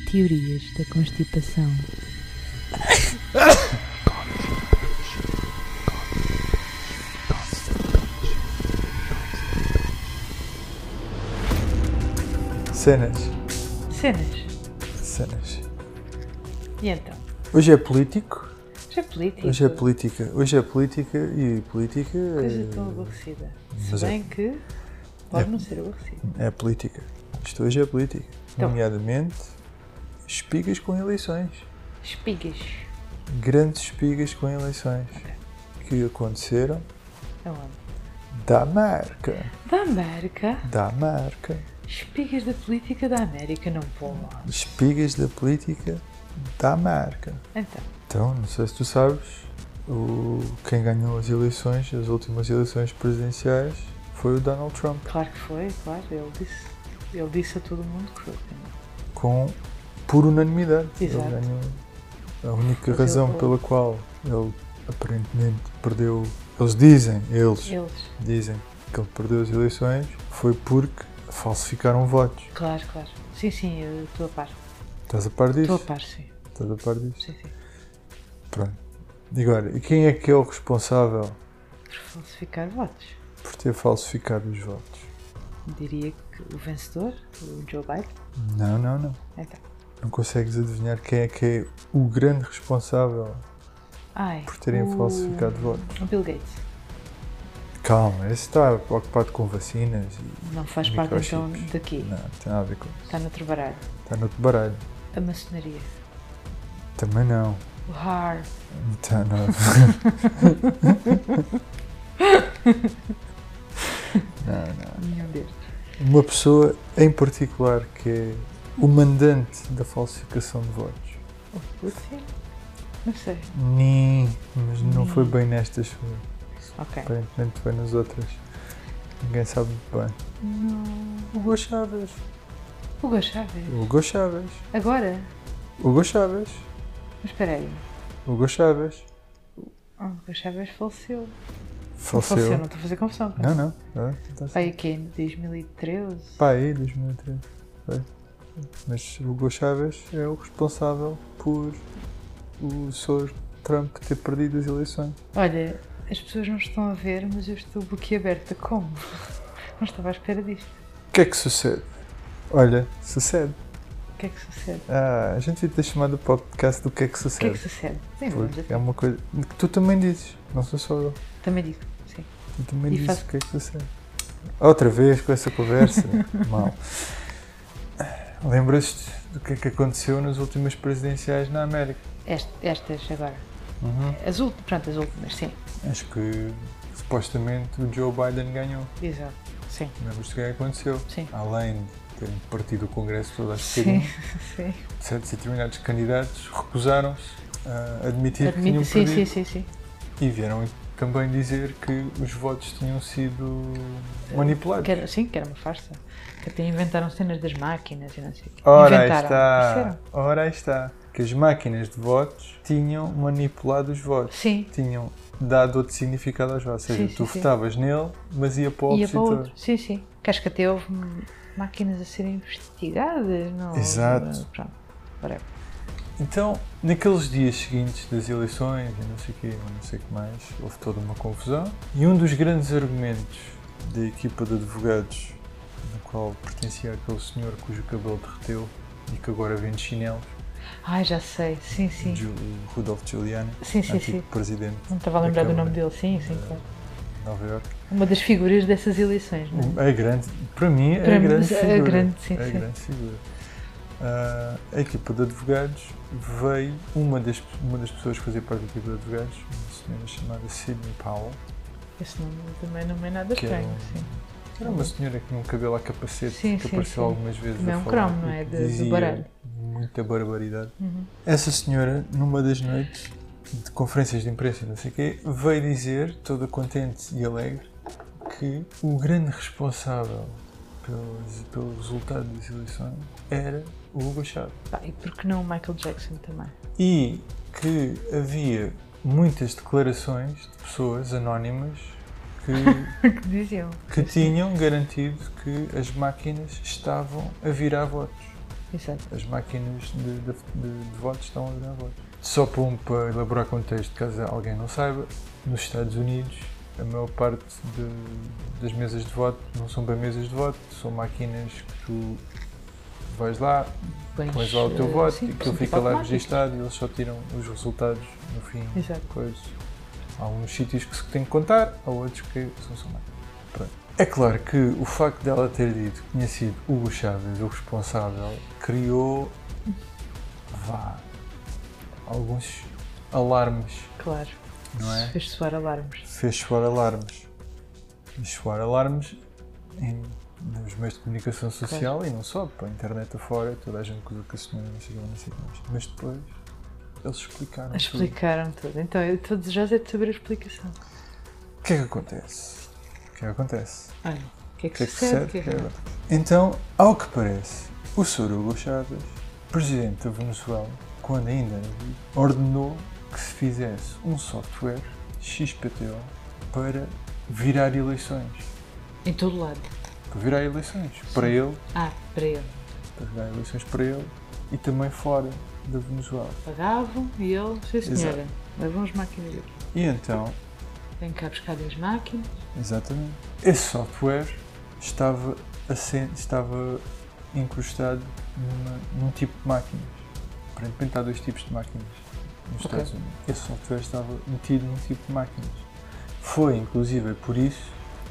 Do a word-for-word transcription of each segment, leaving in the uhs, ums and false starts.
Teorias da constipação. Cenas. Cenas. Cenas. E então? Hoje é político. Hoje é política. Hoje é política. Hoje é política e política Coisa é... tão aborrecida. Se Mas bem é... que pode é... não ser aborrecida. É política. Isto hoje é política. Então. Nomeadamente, espigas com eleições. Espigas. Grandes espigas com eleições. Ok. Que aconteceram Aonde? da América. Da América. Da América. Espigas da política da América, não pô. Espigas da política da América. Então. Então, não sei se tu sabes, o... quem ganhou as eleições, as últimas eleições presidenciais, foi o Donald Trump. Claro que foi, claro. Ele disse, ele disse a todo mundo que foi. Com, por unanimidade. Exato. Ele ganhou. A única Mas razão ele- pela qual ele aparentemente perdeu, eles dizem, eles Eles. dizem que ele perdeu as eleições, foi porque falsificaram votos. Claro, claro. Sim, sim, eu estou a par. Estás a par Estou a disso? par, sim. Estás a par disso? Sim, sim. Pronto. E agora, e quem é que é o responsável Por falsificar votos. por ter falsificado os votos? Diria que o vencedor, o Joe Biden. Não, não, não. Então. Não consegues adivinhar quem é que é o grande responsável Ai, por terem o... falsificado votos? O Bill Gates. Calma, esse está ocupado com vacinas e Não faz parte então microchips. daqui. Não, não tem nada a ver com isso. Está no trabalho. Está no outro baralho. A maçonaria. Também não. O Har. Não está nada. Não, não. Nenhum destes. Uma pessoa em particular que é o mandante da falsificação de votos. O Putin? Não sei. Nem, mas não Nem. foi bem nestas. Foi. Ok. Aparentemente foi nas outras. Ninguém sabe muito bem. Não. Hugo Chávez. Hugo Chávez. Hugo Chávez. Agora? Hugo Chávez. Mas espera aí. Hugo Chávez. Oh, Hugo Chávez faleceu. Faleceu. Faleceu, não estou a fazer confusão. Não, não. Ah, tá certo. Pai, o quê? Em dois mil e treze? Pá, aí, dois mil e treze. Foi. Mas o Hugo Chávez é o responsável por o senhor Trump ter perdido as eleições. Olha, as pessoas não estão a ver, mas eu estou boquiaberta. Como? Não estava à espera disto. O que é que sucede? Olha, sucede. O que é que sucede? Ah, a gente devia ter chamado o podcast do que é que O que é sucede. que sucede? Sim, vamos Porque até. é uma coisa que tu também dizes, não sou só eu. Também digo, sim. Tu também E dizes faço- o que é que sucede. Outra vez com essa conversa. Mal. Lembras-te do que é que aconteceu nas últimas presidenciais na América? Est- estas agora. Uhum. As últimas, pronto, as últimas, sim. Acho que supostamente o Joe Biden ganhou. Exato. Sim. Lembras-te do que é que aconteceu? Sim. Além de terem partido o Congresso todo aos Sim, bocadinhos, sim. certos e determinados candidatos recusaram-se a admitir que Admito- tinham sim, perdido. sim, sim, sim. E vieram também dizer que os votos tinham sido manipulados. Que era, sim, que era uma farsa. Que até inventaram cenas das máquinas e não sei o quê. Ora aí inventaram. está, Disseram. ora aí está. Que as máquinas de votos tinham manipulado os votos. Sim. Tinham dado outro significado aos votos. Ou seja, Sim, tu sim, sim. votavas nele, mas ia para o Ia para opositor. outro. Sim, sim. Que acho que até houve hum, máquinas a serem investigadas. Não, Exato. Pronto. Whatever. Então, naqueles dias seguintes das eleições e não sei o quê, ou não sei o que mais, houve toda uma confusão. E um dos grandes argumentos da equipa de advogados, na qual pertencia aquele senhor cujo cabelo derreteu e que agora vende chinelos, Ai, já sei. Sim, sim. Ju- Rudolph Giuliani, Sim, sim, antigo sim. presidente Não estava a lembrar do da nome Câmara dele. Sim, sim, de claro. Nova Iorque. Uma das figuras dessas eleições, não é? É grande, para mim é Para a mim, grande é figura. grande, sim, é a sim. grande figura. Ah, a equipa de advogados veio, uma das, uma das pessoas que fazia parte da equipa de advogados, uma senhora chamada Sidney Powell, Esse nome também não é nada que era, estranho, um- sim. que era uma senhora que tinha um cabelo a capacete, Sim, que sim, apareceu sim. algumas vezes Também a é um falar cromo, não e é? que De- do dizia baralho. muita barbaridade. Uhum. Essa senhora, numa das noites de conferências de imprensa e não sei o quê, veio dizer, toda contente e alegre, que o grande responsável pelo, pelo resultado das eleições era o Hugo Chávez. Pá, e por que não o Michael Jackson também? E que havia muitas declarações de pessoas anónimas que, que diziam. que tinham garantido que as máquinas estavam a virar votos. Exato. As máquinas de, de, de, de votos estão a dar votos. Só para, um, para elaborar contexto, caso alguém não saiba, nos Estados Unidos a maior parte de, das mesas de voto não são bem mesas de voto, são máquinas que tu vais lá, Bens, pões lá o teu uh, voto sim, e aquilo sim, fica lá automático. registado e eles só tiram os resultados no fim. Exato. Coisa. Há uns sítios que se tem que contar, há outros que são só máquinas. Pronto. É claro que o facto dela ter dito que tinha sido Hugo Chávez o responsável criou vá, alguns alarmes. Claro. Não é? Fez soar alarmes. Fez soar alarmes. Fez soar alarmes em, nos meios de comunicação social, claro. E não só, para a internet afora, toda a gente que usa que a senhora não sei o que, não sei o que mais. Mas depois eles explicaram Explicaram tudo. tudo. Então eu estou desejosa é de saber a explicação. O que é que acontece? O que é que acontece? Olha, o que é que, que, é que sucede? sucede? Que é que então, ao que parece, o senhor Hugo Chávez, presidente da Venezuela, quando ainda era vivo, ordenou que se fizesse um software X P T O para virar eleições. Em todo lado? Para virar eleições. Sim. Para ele. Ah, para ele. Para virar eleições para ele e também fora da Venezuela. Pagavam e ele, sim senhora, levam as máquinas aqui. E então... Vem cá buscar as máquinas. Exatamente. Esse software estava, assent, estava incrustado numa, num tipo de máquinas. Aparentemente há dois tipos de máquinas nos okay. Estados Unidos. Esse software estava metido num tipo de máquinas. Foi, inclusive, por isso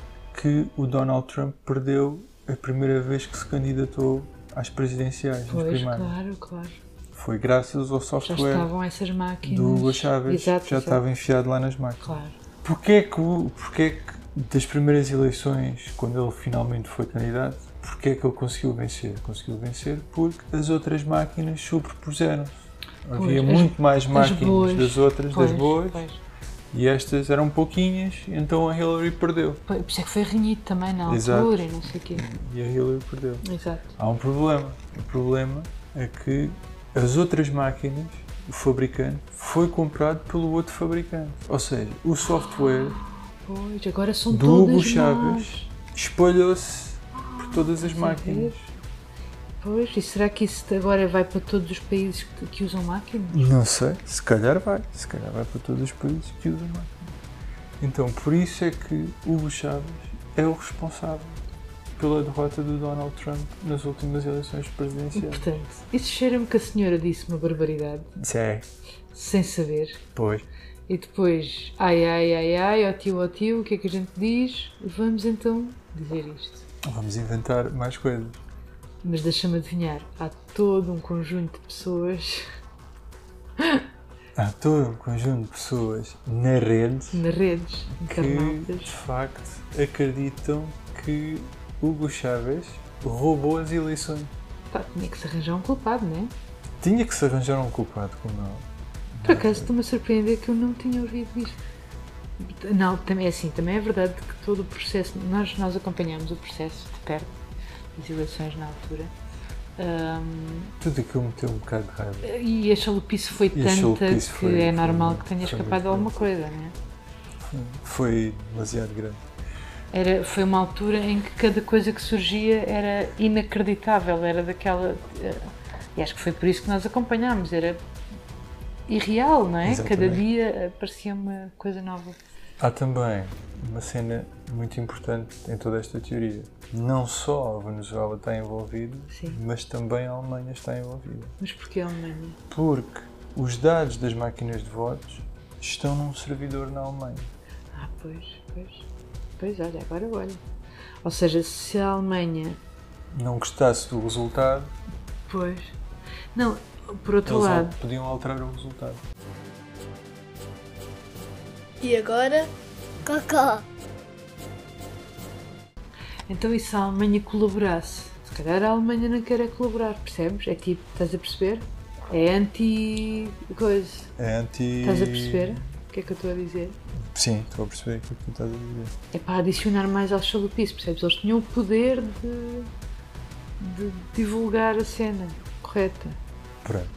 que o Donald Trump perdeu a primeira vez que se candidatou às presidenciais, pois, nas primárias. Claro, claro. Foi graças ao software já estavam essas máquinas. do Hugo Chávez, exato, que já exato. estava enfiado lá nas máquinas. Claro. Porquê é que, porquê é que das primeiras eleições, quando ele finalmente foi candidato, porquê é que ele conseguiu vencer? Conseguiu vencer porque as outras máquinas sobrepuseram-se. Havia pois, muito as, mais máquinas boas, das outras, pois, das boas, pois. E estas eram pouquinhas, então a Hillary perdeu. Por isso é que foi renhido também na Exato. altura e não sei o quê. E a Hillary perdeu. Exato. Há um problema. O problema é que as outras máquinas, o fabricante, foi comprado pelo outro fabricante. Ou seja, o software pois, agora são do Hugo todas Chávez espalhou-se por todas as máquinas. Pois, e será que isso agora vai para todos os países que, que usam máquinas? Não sei, se calhar vai. Se calhar vai para todos os países que usam máquinas. Então, por isso é que Hugo Chávez é o responsável pela derrota do Donald Trump nas últimas eleições presidenciais. Portanto, isso cheira-me que a senhora disse uma barbaridade. Sim. Sem saber. Pois. E depois, ai, ai, ai, ai, ó tio, ó tio, o que é que a gente diz? Vamos então dizer isto. Vamos inventar mais coisas. Mas deixa-me adivinhar, há todo um conjunto de pessoas... Há todo um conjunto de pessoas na rede... Na redes, internautas... que, de facto, acreditam que Hugo Chávez roubou as eleições. Pá, tinha que se arranjar um culpado, não é? Tinha que se arranjar um culpado, como não. Por acaso estou-me a surpreender que eu não tinha ouvido isto. Não, também é assim, também é verdade que todo o processo, nós, nós acompanhamos o processo de perto, das eleições na altura. Um, Tudo aquilo meteu um bocado de raiva. E a chalupice foi e tanta chalupice que foi, é normal foi, que tenha foi escapado de alguma coisa, não é? Foi, foi demasiado grande. Era, foi uma altura em que cada coisa que surgia era inacreditável, era daquela... E acho que foi por isso que nós acompanhámos, era irreal, não é? Exatamente. Cada dia aparecia uma coisa nova. Há também uma cena muito importante em toda esta teoria. Não só a Venezuela está envolvida, Sim. mas também a Alemanha está envolvida. Mas porquê a Alemanha? Porque os dados das máquinas de votos estão num servidor na Alemanha. Ah, pois, pois. Pois, olha, agora olha. Ou seja, se a Alemanha... não gostasse do resultado... Pois. Não, por outro eles lado... podiam alterar o resultado. E agora, Cacá. Então e se a Alemanha colaborasse? Se calhar a Alemanha não quer é colaborar, percebes? É tipo, estás a perceber? É anti... coisa. É anti... Estás a perceber o que é que eu estou a dizer? Sim, estou a perceber o que tu estás a dizer. É para adicionar mais ao chalupice, percebes? Eles tinham o poder de, de divulgar a cena correta. Pronto.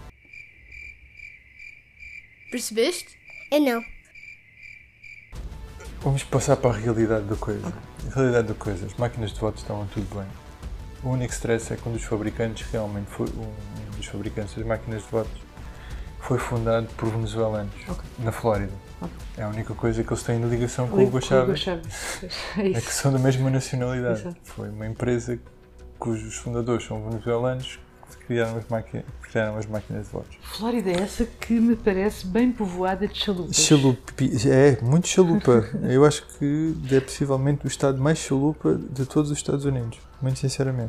Percebeste? Eu não. Vamos passar para a realidade da coisa. A realidade da coisa, as máquinas de voto estavam tudo bem. O único stress é que um dos fabricantes, realmente foi um dos fabricantes das máquinas de votos, foi fundado por venezuelanos, Ok. na Flórida. Ok. É a única coisa que eles têm de ligação com o Hugo Hugo Chávez. Chávez. É É que isso. são da mesma nacionalidade. Exato. Foi uma empresa cujos fundadores são venezuelanos que criaram as, máquina, criaram as máquinas de votos. Flórida é essa que me parece bem povoada de chalupas. Chalupi, é, muito chalupa. Eu acho que é possivelmente o estado mais chalupa de todos os Estados Unidos, muito sinceramente.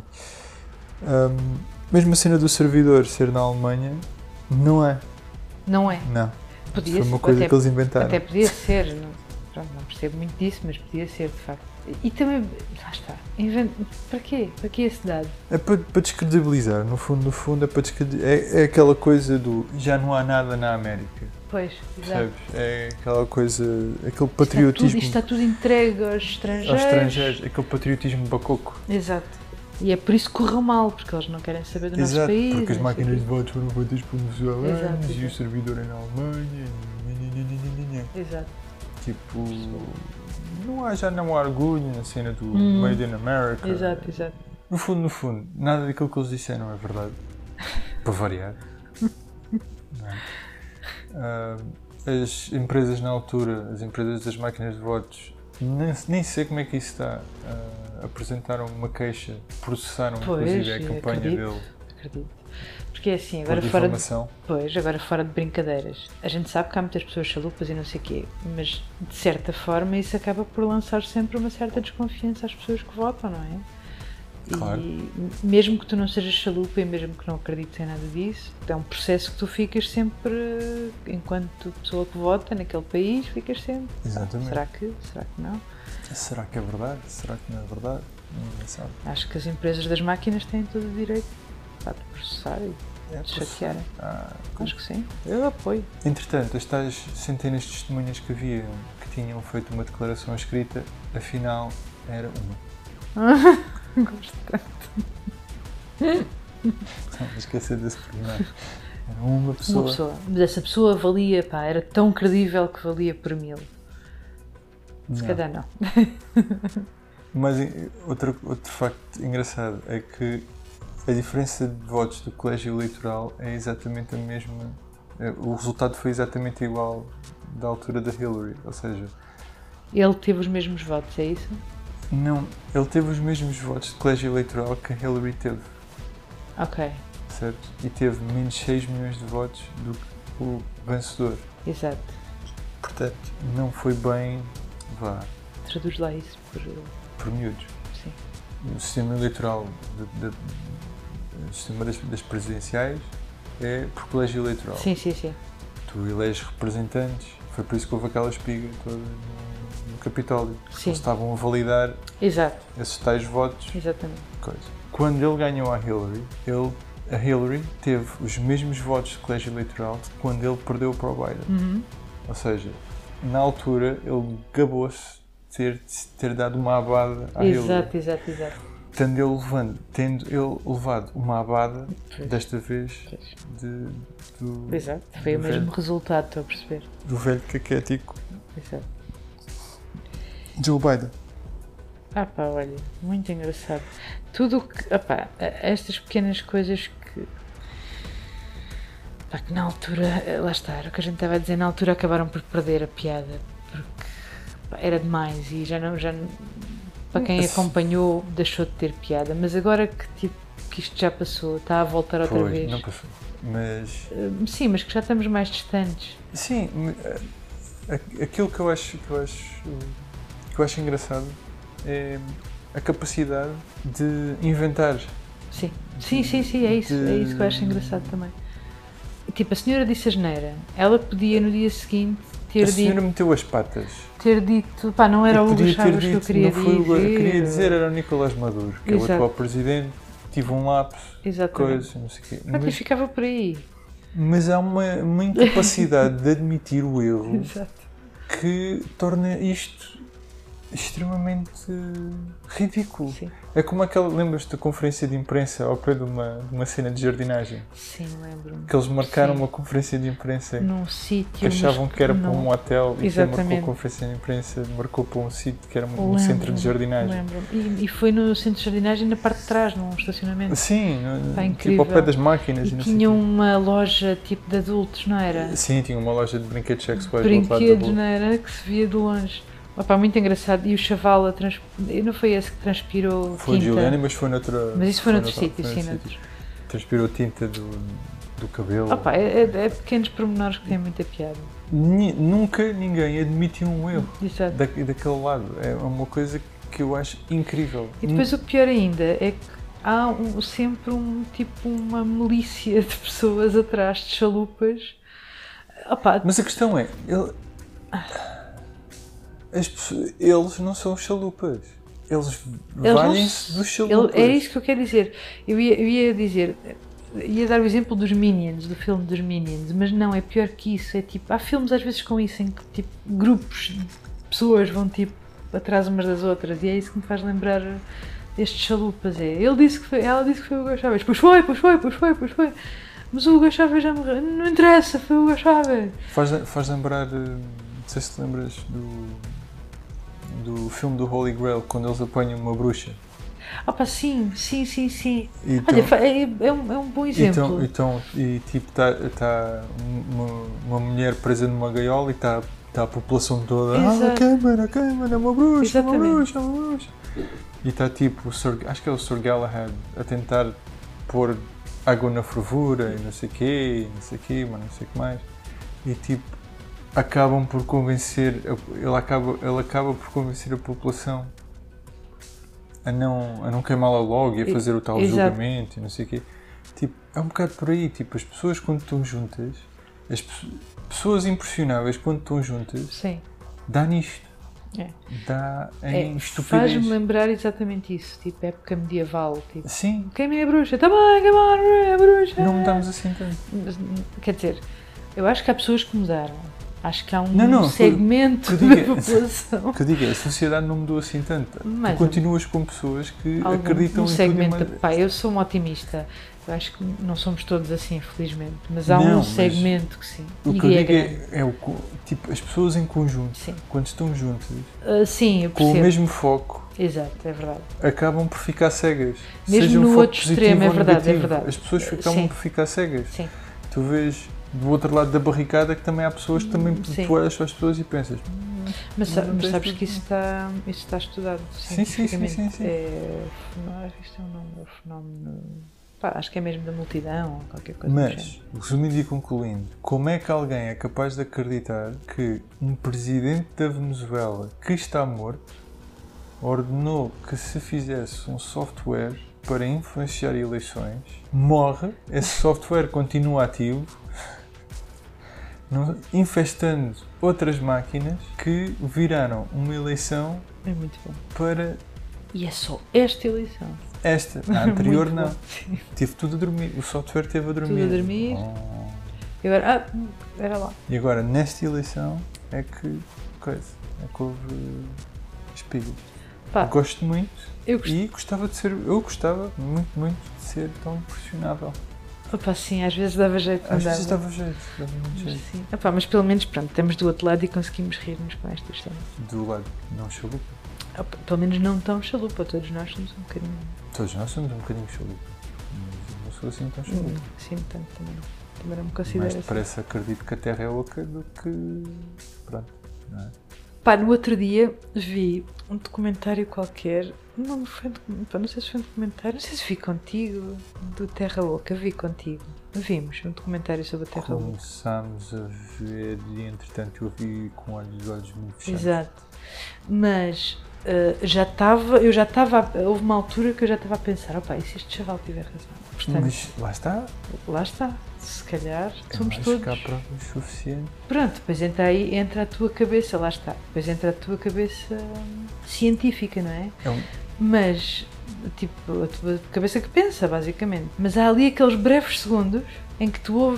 Um, mesmo a cena do servidor ser na Alemanha, não é. Não é? Não. Podia Foi uma ser, coisa até, que eles inventaram. Até podia ser, não, pronto, não percebo muito disso, mas podia ser, de facto. E também, lá está, invent... para quê? Para que esse dado? É para, para descredibilizar, no fundo, no fundo é para descredibilizar. É, é aquela coisa do já não há nada na América, Pois, exato. percebes? É aquela coisa, aquele Isto patriotismo está, tudo, isto está tudo entregue aos estrangeiros. aos estrangeiros, aquele patriotismo bacoco. Exato. E é por isso que correu mal, porque eles não querem saber do nosso Exato, país. porque as não sei máquinas o de votos foram feitas por venezuelanos Exato, e o exato. servidor é na Alemanha. Nhanhanhanhanhanhanhan. quê. Exato. Tipo, não há, já não há orgulho na cena do Hum. Made in America. Exato, exato. No fundo, no fundo, nada daquilo que eles disseram é verdade. Para variar. Não é? Ah, as empresas na altura, as empresas das máquinas de votos, nem, nem sei como é que isso está. Ah, apresentaram uma queixa, processaram Pois, inclusive a campanha acredito. dele Acredito. Porque é assim, por agora fora de, difamação. pois, agora fora de brincadeiras. A gente sabe que há muitas pessoas chalupas e não sei o quê, mas de certa forma isso acaba por lançar sempre uma certa desconfiança às pessoas que votam, não é? Claro. E mesmo que tu não sejas chalupa e mesmo que não acredites em nada disso, é um processo que tu ficas sempre, enquanto pessoa que vota naquele país, ficas sempre. Exatamente. Será que? Será que não? Será que é verdade? Será que não é verdade? Ninguém sabe. Acho que as empresas das máquinas têm todo o direito pá, de processar e É, de chatearem. Ah, Acho que sim. Eu apoio. entretanto, as tais centenas de testemunhas que havia que tinham feito uma declaração escrita, afinal era uma. Gosto tanto. Não me esquecer desse pormenor. Era uma pessoa. Uma pessoa. Mas essa pessoa valia, pá, era tão credível que valia por mil. Se Não. calhar não. Mas eh, outro, outro facto engraçado é que a diferença de votos do colégio eleitoral é exatamente a mesma. eh, O resultado foi exatamente igual da altura da Hillary, ou seja, Ele teve os mesmos votos, é isso? não, ele teve os mesmos votos de colégio eleitoral que a Hillary teve, Ok, certo? E teve menos seis milhões de votos do que o vencedor. exato. Portanto, não foi bem, vá, Traduz lá isso por. por miúdos. Sim. O sistema eleitoral, de, de, o sistema das, das presidenciais é por colégio eleitoral. Sim, sim, sim. Tu eleges representantes, foi por isso que houve aquela espiga toda no, no Capitólio. Sim. Eles estavam a validar Exato, esses tais votos. exatamente. Coisa. Quando ele ganhou a Hillary, ele, a Hillary teve os mesmos votos de colégio eleitoral que quando ele perdeu para o Biden. Uhum. Ou seja, na altura ele gabou-se de ter, de ter dado uma abada à Hillary. Exato, exato, exato. Tendo ele, levando, tendo ele levado uma abada, Pois. desta vez, Pois. de, do, Exato, foi o do mesmo velho, resultado, estou a perceber. do velho caquético Exato. Joe Biden. Ah pá, olha, muito engraçado. Tudo o que, opá, estas pequenas coisas que, pá, que na altura, lá está, era o que a gente estava a dizer, na altura acabaram por perder a piada, porque pá, era demais e já não, já não- para quem Mas- acompanhou deixou de ter piada, mas agora que, tipo, que isto já passou, está a voltar outra Foi, vez. não passou. Mas, Uh, Sim, mas que já estamos mais distantes. sim, me- a- a- aquilo que eu acho, que eu acho, que eu acho engraçado é a capacidade de inventar. Sim, sim, sim, sim, é isso, é isso que eu acho engraçado também. Tipo, a senhora disse asneira, ela podia no dia seguinte ter A senhora dito, meteu as patas. ter dito, pá, não era E o Hugo podia ter Chávez que eu dito, queria não foi o Hugo, dizer. eu queria dizer era o Nicolás Maduro, que é o Exato. atual presidente, tive um lapso, Exatamente. coisa, não sei o quê. Pronto, e Mas, ficava por aí. mas há uma, uma incapacidade de admitir o erro Exato. que torna isto extremamente ridículo. Sim. É como aquela, lembras-te da conferência de imprensa ao pé de uma, de uma cena de jardinagem? Sim, lembro-me. Que eles marcaram Sim. uma conferência de imprensa Num sítio. que achavam mas que era não- para um hotel e quem Exatamente. marcou a conferência de imprensa marcou para um sítio que era um, um Lembro-me, centro de jardinagem. lembro-me. E, e foi no centro de jardinagem na parte de trás, num estacionamento. Sim, no- Pá, tipo incrível. ao pé das máquinas. E E não sei tinha quê. uma loja tipo de adultos, não era? Sim, tinha uma loja de brinquedos sexuais do outro lado da Brinquedos, rua. não era? Que se via de longe. Opa, muito engraçado. E o chaval a trans... não foi esse que transpirou Foi o tinta? Giuliani, mas foi noutra. Mas isso foi noutro noutra- sítio, foi sim. noutro Noutro... Transpirou tinta do, do cabelo. Opa, é, é, é pequenos pormenores que têm muita piada. Ni- nunca ninguém admitiu um erro Exato. da, daquele lado. É uma coisa que eu acho incrível. E depois o pior ainda é que há um- sempre um tipo uma milícia de pessoas atrás de chalupas. Opa, Mas a questão é, ele- as pessoas- eles não são chalupas. Eles, Eles não valem-se se- dos chalupas. ele- é isso que eu quero dizer. Eu ia, eu ia dizer, ia dar o exemplo dos Minions, do filme dos Minions, mas não, é pior que isso. É tipo, há filmes às vezes com isso em que tipo, grupos de pessoas vão tipo atrás umas das outras e é isso que me faz lembrar estes chalupas. É. Ele disse que foi, ela disse que foi o Hugo Chávez, pois foi, pois foi, pois foi, pois foi. Mas o Hugo Chávez já morreu. Não interessa, foi o Hugo Chávez. Faz, faz lembrar, eh, não sei se te lembras do, do filme do Holy Grail, quando eles apanham uma bruxa. Opa, sim, sim, sim, sim. E Olha, então- fa- é, é um, é um bom exemplo. Então, então, e tipo, está tá uma, uma mulher presa numa gaiola e está tá a população toda. Ah, Exato. câmara, câmara, é uma bruxa, é uma Exatamente. bruxa, é uma bruxa. E está tipo, o Sir, acho que é o Sir Galahad, a tentar pôr água na fervura e não sei o quê, e não sei o quê, mas não sei o que mais. E tipo, acabam por convencer, ele acaba, ele acaba por convencer a população a não, a não queimá-la logo e a fazer o tal Exato. julgamento e não sei o quê. Tipo, é um bocado por aí, tipo, as pessoas quando estão juntas, as pe- pessoas impressionáveis quando estão juntas, Sim. dá nisto. É. Dá em É, estupidez. faz-me lembrar exatamente isso, tipo época medieval, tipo, Sim, queimem a bruxa, também, queimar a bruxa. não mudamos assim tanto. Mas, Quer dizer, eu acho que há pessoas que mudaram, acho que há um Não, não, segmento que- que da diga- população. O que eu digo é, a sociedade não mudou assim tanto. Mais Tu continuas com pessoas que Algum- acreditam um em segmento, tudo e mais- pá, eu sou um otimista, eu acho que não somos todos assim, infelizmente, mas há Não, um mas segmento que sim, O e que eu é digo grande. é, é o, co- tipo, as pessoas em conjunto, Sim. quando estão juntas, Ah, sim, eu com o percebo. mesmo foco, Exato, é verdade. acabam por ficar cegas. Mesmo Seja um no foco outro positivo extremo, é ou verdade, é negativo, verdade. As pessoas acabam Sim. por ficar cegas. Sim. Tu vês do outro lado da barricada que também há pessoas que também Sim. tu olhas para as pessoas e pensas Mas, Não, sa- não mas tens sabes tudo. que isso está, isso está estudado Sim, sim, sim, cientificamente. sim, sim. É, não, acho que isto é um nome, é um fenómeno. Pá, acho que é mesmo da multidão ou qualquer coisa do género. Mas, resumindo e concluindo, como é que alguém é capaz de acreditar que um presidente da Venezuela que está morto ordenou que se fizesse um software para influenciar eleições, morre, esse software continua ativo, não- infestando outras máquinas que viraram uma eleição É muito bom. para E é só esta eleição. esta. A anterior Muito não. bom. Sim. Tive tudo a dormir. O software teve a dormir. Tudo a dormir. Oh. E agora, ah, era lá. E agora, nesta eleição, é que coisa, é que houve espigas. Pá, Gosto muito eu gostei. e gostava de ser, eu gostava muito, muito de ser tão impressionável. Opa, sim, às vezes dava jeito de Às andar. vezes dava jeito, dava muito Mas, jeito. sim. Opa, mas pelo menos, pronto, estamos do outro lado e conseguimos rir-nos com esta história. Do lado, não chalupa. Opa, pelo menos não tão chalupa, todos nós somos um bocadinho. Todos nós somos um bocadinho chalupa. Mas eu não sou assim tão chalupa. Hum, sim, tanto também não. Também não me Mais considero assim. depressa acredito que a Terra é oca do que. Pronto, não é? Pá, no outro dia vi um documentário qualquer, não, foi um docu- pá, não sei se foi um documentário, não sei se vi contigo, do Terra Oca, vi contigo. Vimos um documentário sobre a Terra Oca. Começámos a ver e entretanto eu vi com olhos, olhos muito fechados. Exato. Mas uh, já estava, eu já estava, houve uma altura que eu já estava a pensar, opá, e se este chaval tiver razão? Portanto, Mas lá está, lá está, se calhar é somos mais todos. que há provas suficientes. Pronto, depois entra aí, entra a tua cabeça, lá está, depois entra a tua cabeça hum, científica, não é? É um, Mas, tipo, a tua cabeça que pensa, basicamente. Mas há ali aqueles breves segundos em que tu ouves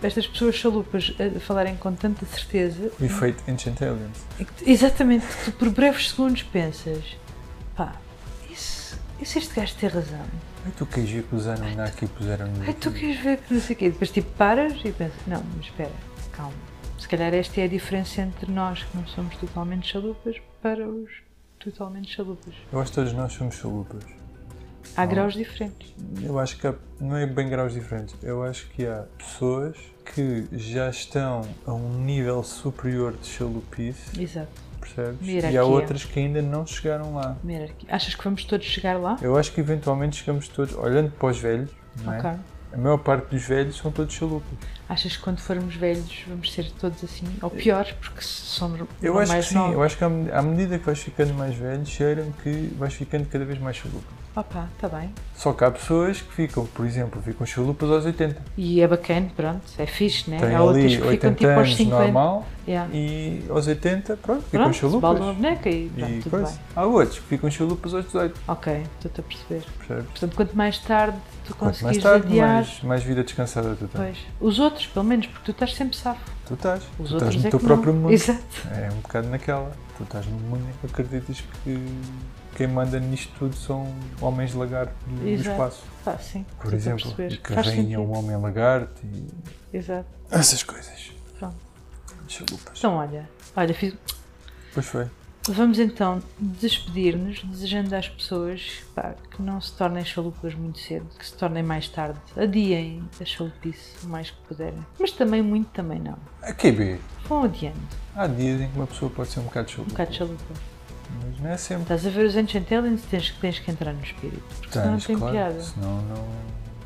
estas pessoas chalupas a falarem com tanta certeza. O efeito Ancient Aliens. É que, exatamente, que tu por breves segundos pensas, pá, isso, isso este gajo tem razão. Ai, tu queres ver que usaram ainda aqui e puseram no Ai, tu queres ver que não sei o quê. Depois tipo paras e pensas, não, mas espera, calma. Se calhar esta é a diferença entre nós que não somos totalmente chalupas para os totalmente chalupas. Eu acho que todos nós somos chalupas. Há Não. graus diferentes. Eu acho que há, não é bem graus diferentes. Eu acho que há pessoas que já estão a um nível superior de chalupice, Exato. percebes? Hierarquia. E há outras que ainda não chegaram lá. Hierarquia. Achas que vamos todos chegar lá? Eu acho que eventualmente chegamos todos, olhando para os velhos, não é? Ok. A maior parte dos velhos são todos chalupas. Achas que quando formos velhos vamos ser todos assim? Ou piores, porque somos Eu acho mais que sim, novos? eu acho que à med- à medida que vais ficando mais velho, cheiram que vais ficando cada vez mais chalupa. Opa, está bem. Só que há pessoas que ficam, por exemplo, ficam chalupas aos oitenta. E é bacana, pronto, é fixe, né? Têm Há outras ali que ficam oitenta tipo aos anos cinquenta. normal Yeah. e aos oitenta, pronto, ficam Pronto, chalupas. balda uma boneca e pronto, E tudo coisa. bem. Há outros que ficam chalupas aos dezoito, Ok, estou-te a perceber. percebes? Portanto, quanto mais tarde tu Quanto mais conseguires tarde, adiar, mais, mais vida descansada tu tens. pois. Os outros, pelo menos, porque tu estás sempre safo. Tu estás. Os tu outros estás no é teu que próprio não. mundo. Exato. É um bocado naquela. Tu estás no mundo em que acreditas que quem manda nisto tudo são homens lagarto do, do Exato. espaço. Pá, sim. Por estou-te a exemplo, perceber. e que a Faz rainha é sentido. um homem lagarto e Exato. essas coisas. Pronto. Chalupas. Então, olha, olha, fiz... Pois foi. vamos então despedir-nos, desejando às pessoas pá, que não se tornem chalupas muito cedo, que se tornem mais tarde, adiem a chalupice o mais que puderem. Mas também muito, também não. Aqui, B. Vão adiando, Há dias em que uma pessoa pode ser um bocado um chalupa. bocado chalupa. Mas não é sempre. Estás a ver os Ancient Aliens, tens, tens que entrar no espírito, porque senão não Tens, tem claro. piada. Senão não. não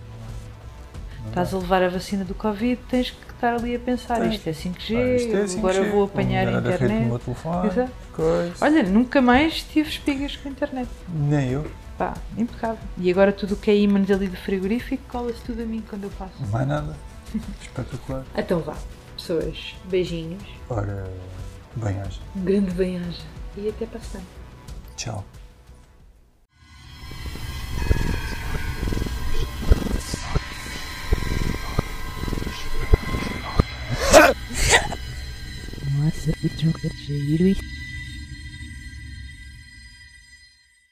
Estás dá. a levar a vacina do Covid, tens que estar ali a pensar, Tens. isto é cinco G, Ah, isto é cinco G, agora vou apanhar a vou melhorar rede do internet. meu telefone, Exato. coisa. Olha, nunca mais tive espigas com a internet. Nem eu. Pá, impecável. E agora tudo o que é ímãs ali do frigorífico cola-se tudo a mim quando eu passo. Mais nada. Espetacular. Então vá, pessoas, beijinhos, Ora, bem-aja. um grande bem-aja e até para a semana. Tchau. Nossa, que troca de